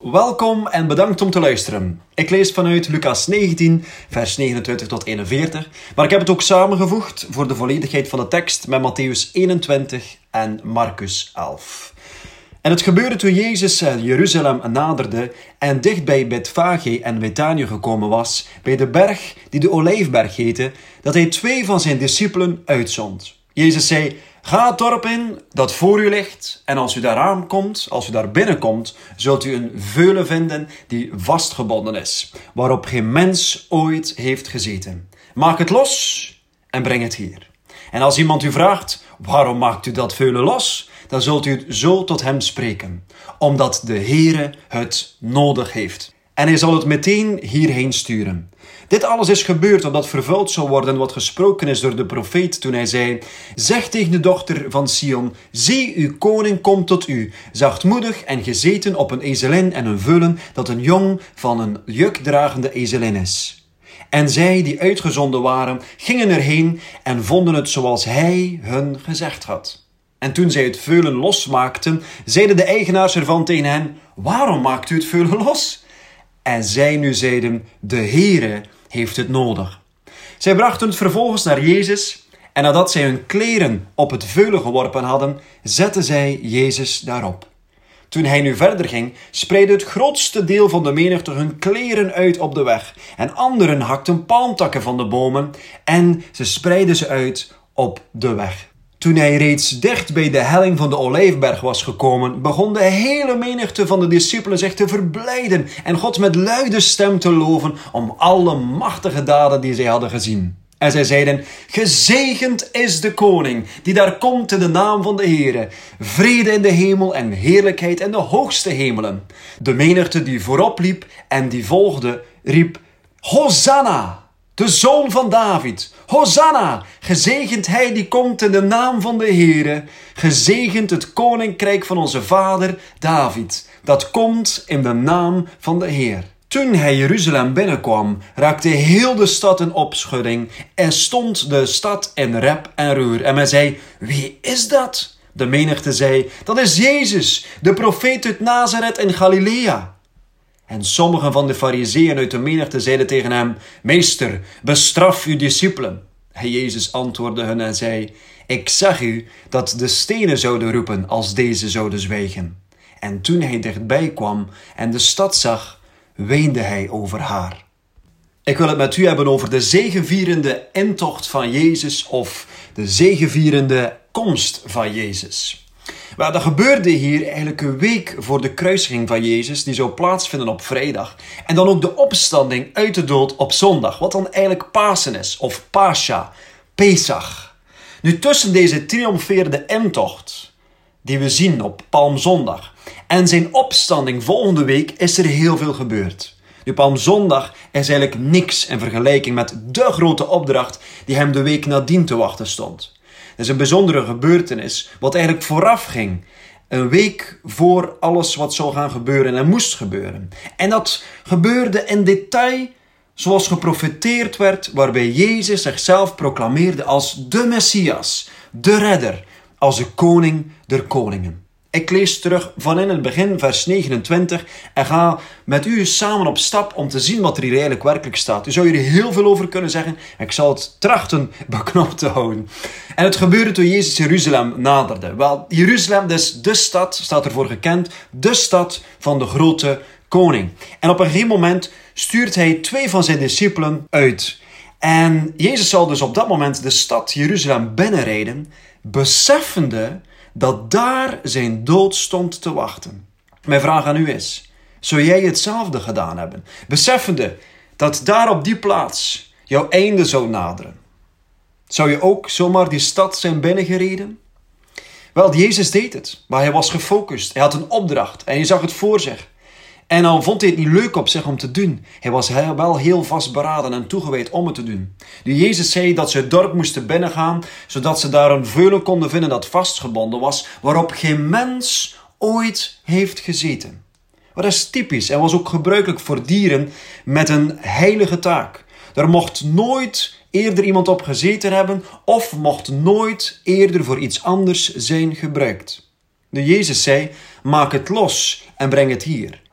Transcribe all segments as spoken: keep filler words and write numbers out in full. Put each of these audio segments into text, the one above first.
Welkom en bedankt om te luisteren. Ik lees vanuit Lucas negentien, vers negenentwintig tot eenenveertig, maar ik heb het ook samengevoegd voor de volledigheid van de tekst met Mattheüs eenentwintig en Marcus elf. En het gebeurde toen Jezus Jeruzalem naderde en dicht bij Betfage en Betanië gekomen was, bij de berg die de Olijfberg heette, dat hij twee van zijn discipelen uitzond. Jezus zei: ga het dorp in dat voor u ligt, en als u daar aankomt, als u daar binnenkomt, zult u een veulen vinden die vastgebonden is, waarop geen mens ooit heeft gezeten. Maak het los en breng het hier. En als iemand u vraagt: waarom maakt u dat veulen los? Dan zult u zo tot hem spreken, omdat de Heere het nodig heeft. En hij zal het meteen hierheen sturen. Dit alles is gebeurd omdat vervuld zou worden wat gesproken is door de profeet toen hij zei: zeg tegen de dochter van Sion, zie, uw koning komt tot u, zachtmoedig en gezeten op een ezelin en een veulen dat een jong van een jukdragende ezelin is. En zij die uitgezonden waren, gingen erheen en vonden het zoals hij hun gezegd had. En toen zij het veulen losmaakten, zeiden de eigenaars ervan tegen hen: waarom maakt u het veulen los? En zij nu zeiden: de Heere heeft het nodig. Zij brachten het vervolgens naar Jezus, en nadat zij hun kleren op het veulen geworpen hadden, zetten zij Jezus daarop. Toen hij nu verder ging, spreidde het grootste deel van de menigte hun kleren uit op de weg, en anderen hakten palmtakken van de bomen, en ze spreidden ze uit op de weg. Toen hij reeds dicht bij de helling van de Olijfberg was gekomen, begon de hele menigte van de discipelen zich te verblijden en God met luide stem te loven om alle machtige daden die zij hadden gezien. En zij zeiden: gezegend is de koning die daar komt in de naam van de Heere. Vrede in de hemel en heerlijkheid in de hoogste hemelen. De menigte die voorop liep en die volgde, riep: Hosanna! De zoon van David, Hosanna, gezegend hij die komt in de naam van de Heere, gezegend het koninkrijk van onze vader David, dat komt in de naam van de Heer. Toen hij Jeruzalem binnenkwam, raakte heel de stad in opschudding en stond de stad in rep en roer. En men zei: wie is dat? De menigte zei: dat is Jezus, de profeet uit Nazareth in Galilea. En sommigen van de farizeeën uit de menigte zeiden tegen hem: meester, bestraf uw discipelen. En Jezus antwoordde hen en zei: ik zeg u dat de stenen zouden roepen als deze zouden zwijgen. En toen hij dichtbij kwam en de stad zag, weende hij over haar. Ik wil het met u hebben over de zegevierende intocht van Jezus of de zegevierende komst van Jezus. Maar dat gebeurde hier eigenlijk een week voor de kruisiging van Jezus, die zou plaatsvinden op vrijdag. En dan ook de opstanding uit de dood op zondag, wat dan eigenlijk Pasen is, of Pascha, Pesach. Nu, tussen deze triomferende intocht, die we zien op Palmzondag, en zijn opstanding volgende week, is er heel veel gebeurd. Nu, Palmzondag is eigenlijk niks in vergelijking met de grote opdracht die hem de week nadien te wachten stond. Het is een bijzondere gebeurtenis, wat eigenlijk vooraf ging. Een week voor alles wat zou gaan gebeuren en moest gebeuren. En dat gebeurde in detail zoals geprofeteerd werd, waarbij Jezus zichzelf proclameerde als de Messias, de redder, als de koning der koningen. Ik lees terug van in het begin, vers negenentwintig, en ga met u samen op stap om te zien wat er hier eigenlijk werkelijk staat. U zou hier heel veel over kunnen zeggen, en ik zal het trachten beknopt te houden. En het gebeurde toen Jezus Jeruzalem naderde. Wel, Jeruzalem, dus de stad, staat ervoor gekend, de stad van de grote koning. En op een gegeven moment stuurt hij twee van zijn discipelen uit. En Jezus zal dus op dat moment de stad Jeruzalem binnenrijden, beseffende dat daar zijn dood stond te wachten. Mijn vraag aan u is: zou jij hetzelfde gedaan hebben? Beseffende dat daar op die plaats jouw einde zou naderen. Zou je ook zomaar die stad zijn binnengereden? Wel, Jezus deed het, maar hij was gefocust. Hij had een opdracht en hij zag het voor zich. En al vond hij het niet leuk op zich om te doen, hij was wel heel vastberaden en toegewijd om het te doen. Nu, Jezus zei dat ze het dorp moesten binnengaan, zodat ze daar een veulen konden vinden dat vastgebonden was, waarop geen mens ooit heeft gezeten. Maar dat is typisch en was ook gebruikelijk voor dieren met een heilige taak. Er mocht nooit eerder iemand op gezeten hebben of mocht nooit eerder voor iets anders zijn gebruikt. Nu, Jezus zei: maak het los en breng het hier.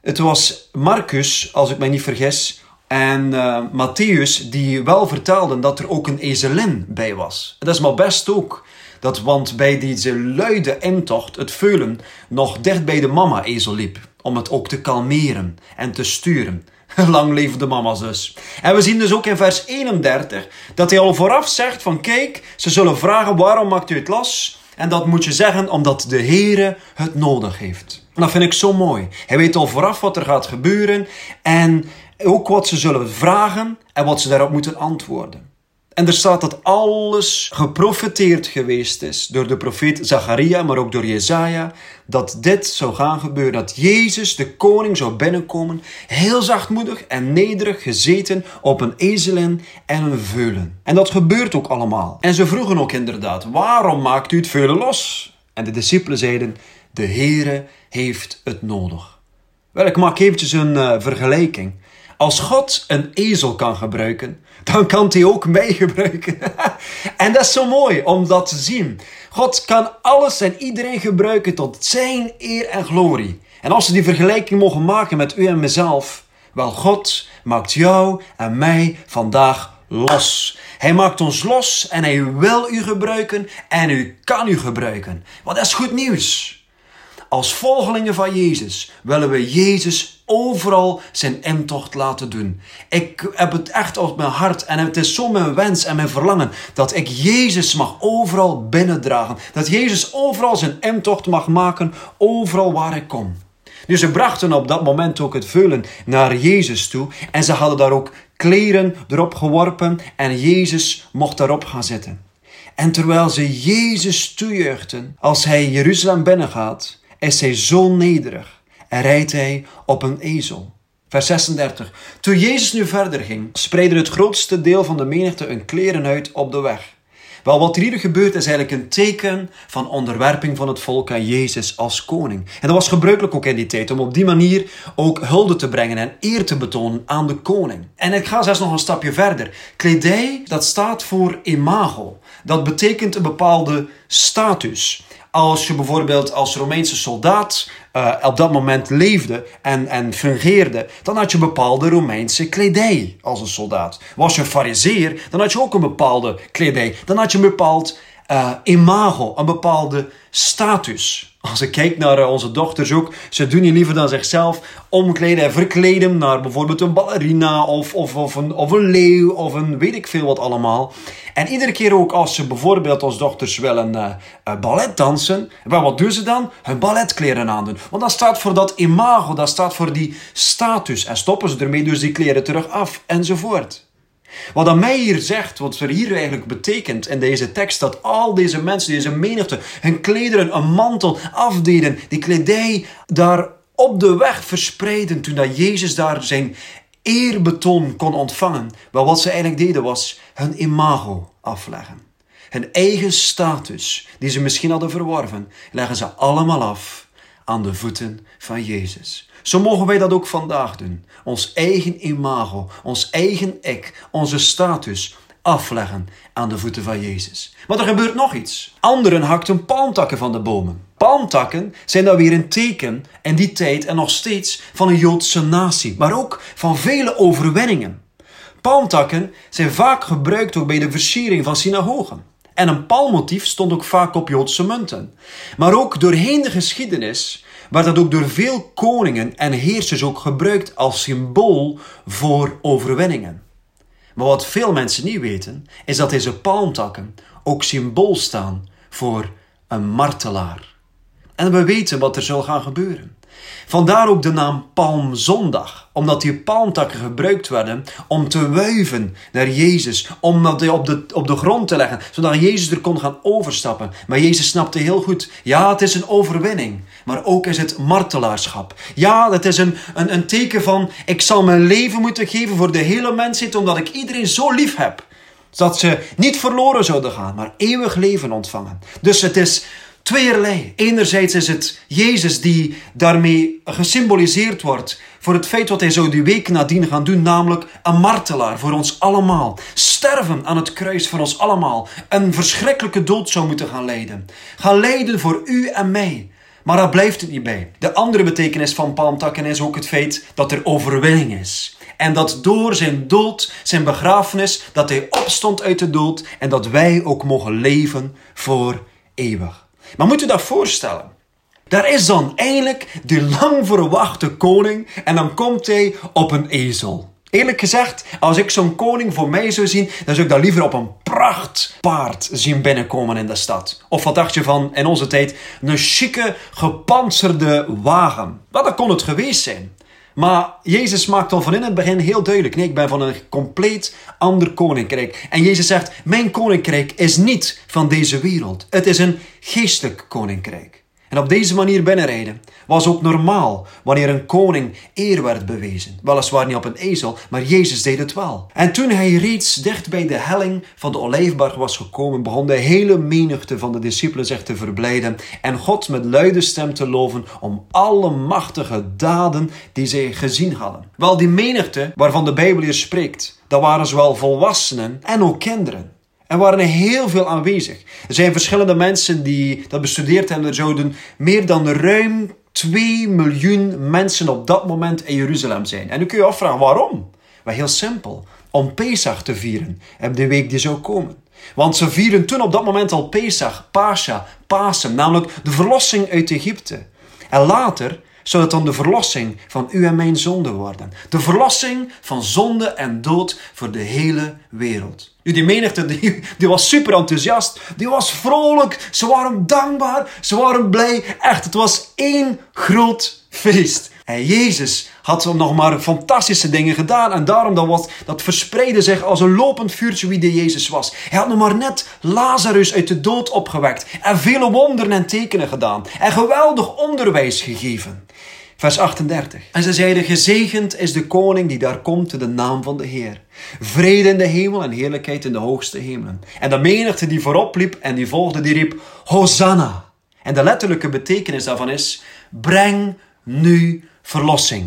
Het was Marcus, als ik mij niet vergis, en uh, Matthäus die wel vertelden dat er ook een ezelin bij was. Dat is maar best ook. Dat, want bij deze luide intocht het veulen nog dicht bij de mama-ezel liep. Om het ook te kalmeren en te sturen. Lang leven de mama's dus. En we zien dus ook in vers eenendertig dat hij al vooraf zegt van kijk, ze zullen vragen waarom maakt u het los? En dat moet je zeggen omdat de Heere het nodig heeft. En dat vind ik zo mooi. Hij weet al vooraf wat er gaat gebeuren en ook wat ze zullen vragen en wat ze daarop moeten antwoorden. En er staat dat alles geprofeteerd geweest is door de profeet Zacharia, maar ook door Jesaja, dat dit zou gaan gebeuren. Dat Jezus, de koning, zou binnenkomen, heel zachtmoedig en nederig gezeten op een ezelin en een veulen. En dat gebeurt ook allemaal. En ze vroegen ook inderdaad, waarom maakt u het veulen los? En de discipelen zeiden, de Heere heeft het nodig. Wel, ik maak eventjes een uh, vergelijking. Als God een ezel kan gebruiken, dan kan hij ook mij gebruiken. En dat is zo mooi om dat te zien. God kan alles en iedereen gebruiken tot zijn eer en glorie. En als we die vergelijking mogen maken met u en mezelf, wel, God maakt jou en mij vandaag los. Hij maakt ons los en hij wil u gebruiken en u kan u gebruiken. Want dat is goed nieuws. Als volgelingen van Jezus willen we Jezus overal zijn intocht laten doen. Ik heb het echt op mijn hart en het is zo mijn wens en mijn verlangen dat ik Jezus mag overal binnendragen. Dat Jezus overal zijn intocht mag maken, overal waar ik kom. Dus ze brachten op dat moment ook het veulen naar Jezus toe en ze hadden daar ook kleren erop geworpen en Jezus mocht daarop gaan zitten. En terwijl ze Jezus toejuichten als hij Jeruzalem binnengaat, is hij zo nederig en rijdt hij op een ezel. Vers zesendertig. Toen Jezus nu verder ging, spreidde het grootste deel van de menigte hun kleren uit op de weg. Wel, wat hier gebeurt is eigenlijk een teken van onderwerping van het volk aan Jezus als koning. En dat was gebruikelijk ook in die tijd, om op die manier ook hulde te brengen en eer te betonen aan de koning. En ik ga zelfs nog een stapje verder. Kledij, dat staat voor imago. Dat betekent een bepaalde status. Als je bijvoorbeeld als Romeinse soldaat uh, op dat moment leefde en, en fungeerde, dan had je bepaalde Romeinse kledij als een soldaat. Was je een farizeer, dan had je ook een bepaalde kledij. Dan had je een bepaald uh, imago, een bepaalde status. Als ik kijk naar uh, onze dochters ook, ze doen niet liever dan zichzelf omkleden en verkleden naar bijvoorbeeld een ballerina of, of, of, een, of een leeuw of een weet ik veel wat allemaal. En iedere keer ook als ze bijvoorbeeld als dochters willen uh, uh, ballet dansen, wel, wat doen ze dan? Hun balletkleren aandoen. Want dat staat voor dat imago, dat staat voor die status. En stoppen ze ermee, dus die kleren terug af enzovoort. Wat aan mij hier zegt, wat er hier eigenlijk betekent in deze tekst, dat al deze mensen, deze menigte, hun klederen, een mantel afdeden, die kledij daar op de weg verspreiden, toen dat Jezus daar zijn eerbetoon kon ontvangen. Wel, wat ze eigenlijk deden was hun imago afleggen. Hun eigen status, die ze misschien hadden verworven, leggen ze allemaal af aan de voeten van Jezus. Zo mogen wij dat ook vandaag doen. Ons eigen imago, ons eigen ik, onze status afleggen aan de voeten van Jezus. Maar er gebeurt nog iets. Anderen hakten palmtakken van de bomen. Palmtakken zijn dan weer een teken in die tijd en nog steeds van een Joodse natie, maar ook van vele overwinningen. Palmtakken zijn vaak gebruikt ook bij de versiering van synagogen. En een palmmotief stond ook vaak op Joodse munten. Maar ook doorheen de geschiedenis werd dat ook door veel koningen en heersers ook gebruikt als symbool voor overwinningen. Maar wat veel mensen niet weten, is dat deze palmtakken ook symbool staan voor een martelaar. En we weten wat er zal gaan gebeuren. Vandaar ook de naam Palmzondag, omdat die palmtakken gebruikt werden om te wuiven naar Jezus, om dat op de, op de grond te leggen, zodat Jezus er kon gaan overstappen. Maar Jezus snapte heel goed, ja, het is een overwinning, maar ook is het martelaarschap. Ja, het is een, een, een teken van, ik zal mijn leven moeten geven voor de hele mensheid, omdat ik iedereen zo lief heb, zodat ze niet verloren zouden gaan, maar eeuwig leven ontvangen. Dus het is tweeërlei. Enerzijds is het Jezus die daarmee gesymboliseerd wordt voor het feit wat hij zou die week nadien gaan doen, namelijk een martelaar voor ons allemaal. Sterven aan het kruis voor ons allemaal. Een verschrikkelijke dood zou moeten gaan lijden. Gaan lijden voor u en mij. Maar daar blijft het niet bij. De andere betekenis van palmtakken is ook het feit dat er overwinning is. En dat door zijn dood, zijn begrafenis, dat hij opstond uit de dood en dat wij ook mogen leven voor eeuwig. Maar moet u dat voorstellen? Daar is dan eindelijk die lang verwachte koning en dan komt hij op een ezel. Eerlijk gezegd, als ik zo'n koning voor mij zou zien, dan zou ik dat liever op een prachtpaard zien binnenkomen in de stad. Of wat dacht je van, in onze tijd, een chique, gepantserde wagen. Wel, dat kon het geweest zijn. Maar Jezus maakt al van in het begin heel duidelijk, nee, ik ben van een compleet ander koninkrijk. En Jezus zegt, mijn koninkrijk is niet van deze wereld. Het is een geestelijk koninkrijk. En op deze manier binnenrijden was ook normaal wanneer een koning eer werd bewezen. Weliswaar niet op een ezel, maar Jezus deed het wel. En toen hij reeds dicht bij de helling van de Olijfberg was gekomen, begon de hele menigte van de discipelen zich te verblijden en God met luide stem te loven om alle machtige daden die zij gezien hadden. Wel, die menigte waarvan de Bijbel hier spreekt, dat waren zowel volwassenen en ook kinderen. Er waren er heel veel aanwezig. Er zijn verschillende mensen die dat bestudeerd hebben. Er zouden meer dan ruim twee miljoen mensen op dat moment in Jeruzalem zijn. En nu kun je je afvragen, waarom? Wel, heel simpel. Om Pesach te vieren. En de week die zou komen. Want ze vieren toen op dat moment al Pesach, Pascha, Pasen. Namelijk de verlossing uit Egypte. En later zou het dan de verlossing van u en mijn zonde worden. De verlossing van zonde en dood voor de hele wereld. Nu, die menigte die, die was super enthousiast. Die was vrolijk. Ze waren dankbaar. Ze waren blij. Echt, het was één groot feest. En Jezus had nog maar fantastische dingen gedaan. En daarom dat, was, dat verspreidde zich als een lopend vuurtje wie de Jezus was. Hij had nog maar net Lazarus uit de dood opgewekt. En vele wonderen en tekenen gedaan. En geweldig onderwijs gegeven. Vers achtendertig. En ze zeiden, gezegend is de koning die daar komt in de naam van de Heer. Vrede in de hemel en heerlijkheid in de hoogste hemelen. En de menigte die voorop liep en die volgde, die riep, Hosanna. En de letterlijke betekenis daarvan is, breng nu verlossing.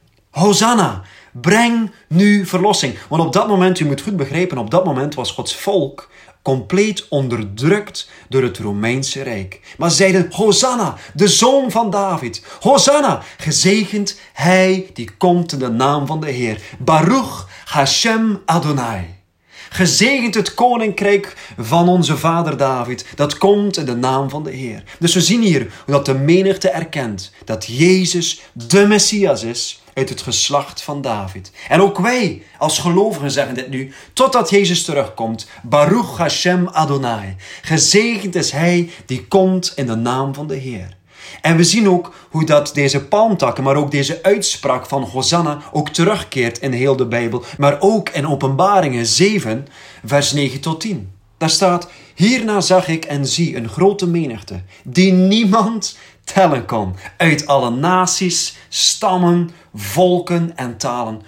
Hosanna, breng nu verlossing. Want op dat moment, u moet goed begrijpen, op dat moment was Gods volk compleet onderdrukt door het Romeinse Rijk. Maar ze zeiden, Hosanna, de zoon van David. Hosanna, gezegend hij die komt in de naam van de Heer. Baruch Hashem Adonai. Gezegend het koninkrijk van onze vader David. Dat komt in de naam van de Heer. Dus we zien hier hoe dat de menigte erkent dat Jezus de Messias is uit het geslacht van David. En ook wij als gelovigen zeggen dit nu, totdat Jezus terugkomt. Baruch Hashem Adonai. Gezegend is hij die komt in de naam van de Heer. En we zien ook hoe dat deze palmtakken, maar ook deze uitspraak van Hosanna ook terugkeert in heel de Bijbel. Maar ook in Openbaringen zeven, vers negen tot tien. Daar staat, hierna zag ik en zie een grote menigte, die niemand tellen kon. Uit alle naties, stammen, volken en talen.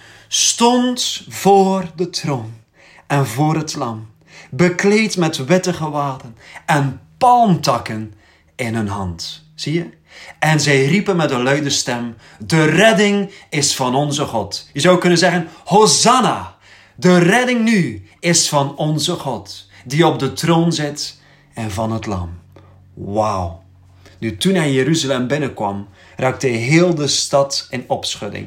Stond voor de troon en voor het lam. Bekleed met witte gewaden en palmtakken in hun hand. Zie je? En zij riepen met een luide stem, de redding is van onze God. Je zou kunnen zeggen, Hosanna, de redding nu is van onze God, die op de troon zit en van het lam. Wauw. Nu, toen hij Jeruzalem binnenkwam, raakte heel de stad in opschudding.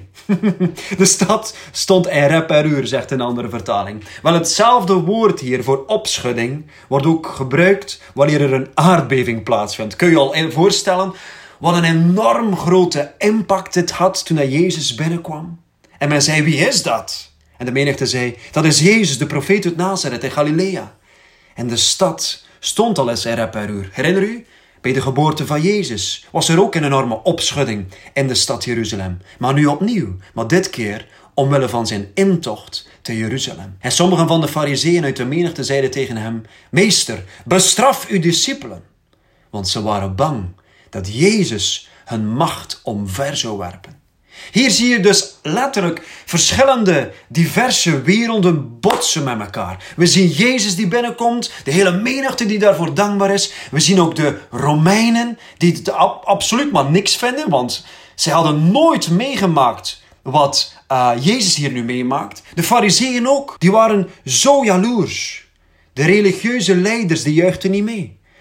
De stad stond in rep en roer, zegt een andere vertaling. Wel, hetzelfde woord hier voor opschudding wordt ook gebruikt wanneer er een aardbeving plaatsvindt. Kun je al voorstellen wat een enorm grote impact dit had toen hij Jezus binnenkwam? En men zei, wie is dat? En de menigte zei, dat is Jezus, de profeet uit Nazareth in Galilea. En de stad stond al eens in rep en roer. Herinner u? Bij de geboorte van Jezus was er ook een enorme opschudding in de stad Jeruzalem. Maar nu opnieuw, maar dit keer omwille van zijn intocht te Jeruzalem. En sommigen van de farizeeën uit de menigte zeiden tegen hem, meester, bestraf uw discipelen. Want ze waren bang dat Jezus hun macht omver zou werpen. Hier zie je dus letterlijk verschillende, diverse werelden botsen met elkaar. We zien Jezus die binnenkomt, de hele menigte die daarvoor dankbaar is. We zien ook de Romeinen die het absoluut maar niks vinden, want zij hadden nooit meegemaakt wat uh, Jezus hier nu meemaakt. De farizeeën ook, die waren zo jaloers. De religieuze leiders die juichten niet mee.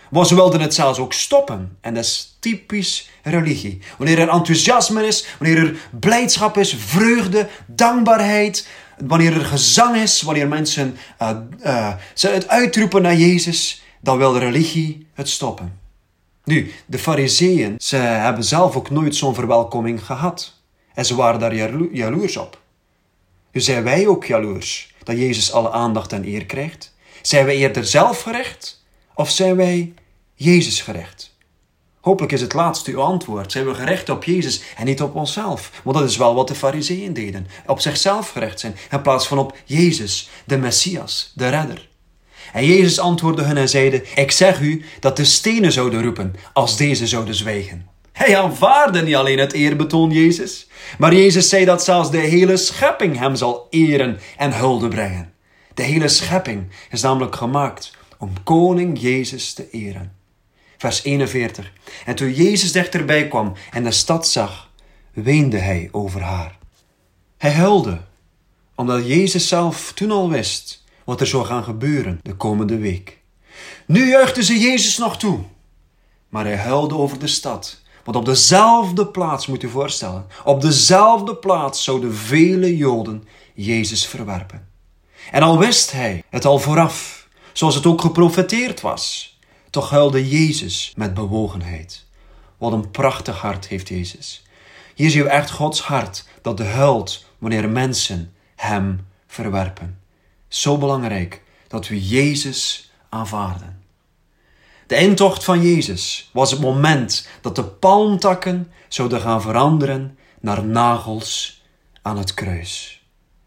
Maar ze wilden het zelfs ook stoppen. En dat is typisch religie. Wanneer er enthousiasme is, wanneer er blijdschap is, vreugde, dankbaarheid, wanneer er gezang is, wanneer mensen uh, uh, ze het uitroepen naar Jezus, dan wil de religie het stoppen. Nu, de Farizeeën, ze hebben zelf ook nooit zo'n verwelkoming gehad. En ze waren daar jalo- jaloers op. Dus zijn wij ook jaloers dat Jezus alle aandacht en eer krijgt? Zijn wij eerder zelfgericht of zijn wij Jezus gericht? Hopelijk is het laatste uw antwoord. Zijn we gericht op Jezus en niet op onszelf? Want dat is wel wat de Farizeeën deden. Op zichzelf gericht zijn in plaats van op Jezus, de Messias, de redder. En Jezus antwoordde hen en zeide: ik zeg u dat de stenen zouden roepen als deze zouden zwijgen. Hij aanvaarde niet alleen het eerbetoon Jezus, maar Jezus zei dat zelfs de hele schepping hem zal eren en hulde brengen. De hele schepping is namelijk gemaakt om koning Jezus te eren. Vers eenenveertig. En toen Jezus dichterbij kwam en de stad zag, weende hij over haar. Hij huilde, omdat Jezus zelf toen al wist wat er zou gaan gebeuren de komende week. Nu juichte ze Jezus nog toe, maar hij huilde over de stad. Want op dezelfde plaats, moet u voorstellen, op dezelfde plaats zouden vele Joden Jezus verwerpen. En al wist hij het al vooraf, zoals het ook geprofeteerd was, toch huilde Jezus met bewogenheid. Wat een prachtig hart heeft Jezus. Hier zie je echt Gods hart dat huilt wanneer mensen hem verwerpen. Zo belangrijk dat we Jezus aanvaarden. De intocht van Jezus was het moment dat de palmtakken zouden gaan veranderen naar nagels aan het kruis.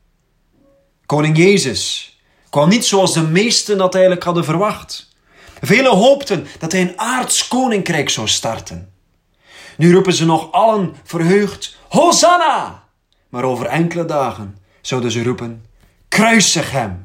Koning Jezus kwam niet zoals de meesten dat eigenlijk hadden verwacht. Velen hoopten dat hij een aards koninkrijk zou starten. Nu roepen ze nog allen verheugd: Hosanna! Maar over enkele dagen zouden ze roepen: kruisig hem!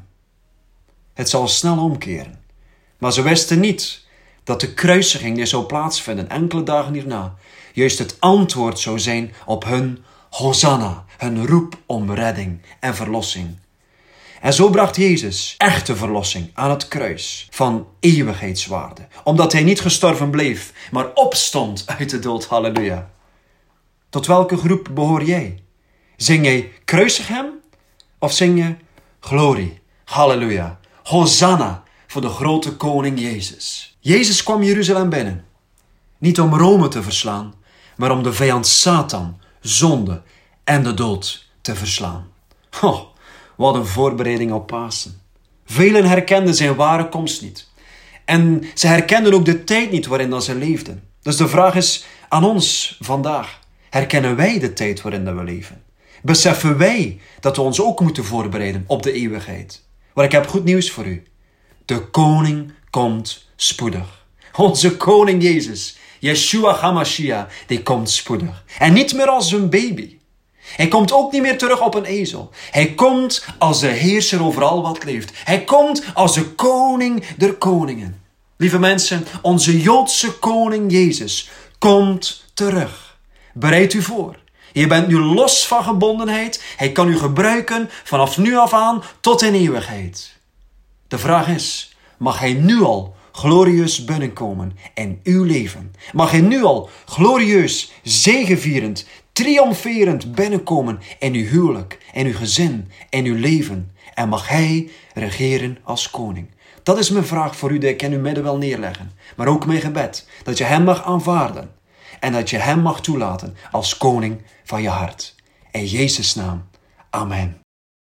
Het zal snel omkeren. Maar ze wisten niet dat de kruisiging die zou plaatsvinden enkele dagen hierna juist het antwoord zou zijn op hun Hosanna, hun roep om redding en verlossing. En zo bracht Jezus echte verlossing aan het kruis van eeuwigheidswaarde, omdat hij niet gestorven bleef, maar opstond uit de dood. Halleluja. Tot welke groep behoor jij? Zing jij kruisig hem of zing je glorie? Halleluja. Hosanna voor de grote koning Jezus. Jezus kwam Jeruzalem binnen. Niet om Rome te verslaan, maar om de vijand Satan, zonde en de dood te verslaan. Oh, wat een voorbereiding op Pasen. Velen herkenden zijn ware komst niet. En ze herkenden ook de tijd niet waarin dat ze leefden. Dus de vraag is aan ons vandaag. Herkennen wij de tijd waarin we leven? Beseffen wij dat we ons ook moeten voorbereiden op de eeuwigheid? Maar ik heb goed nieuws voor u. De koning komt spoedig. Onze koning Jezus, Yeshua HaMashiach, die komt spoedig. En niet meer als een baby. Hij komt ook niet meer terug op een ezel. Hij komt als de heerser over al wat leeft. Hij komt als de koning der koningen. Lieve mensen, onze Joodse koning Jezus komt terug. Bereid u voor. Je bent nu los van gebondenheid. Hij kan u gebruiken vanaf nu af aan tot in eeuwigheid. De vraag is, mag hij nu al glorieus binnenkomen in uw leven? Mag hij nu al glorieus, zegevierend, triomferend binnenkomen in uw huwelijk, in uw gezin, in uw leven? En mag hij regeren als koning? Dat is mijn vraag voor u, die ik in uw midden wil neerleggen. Maar ook mijn gebed, dat je hem mag aanvaarden. En dat je hem mag toelaten als koning van je hart. In Jezus' naam. Amen.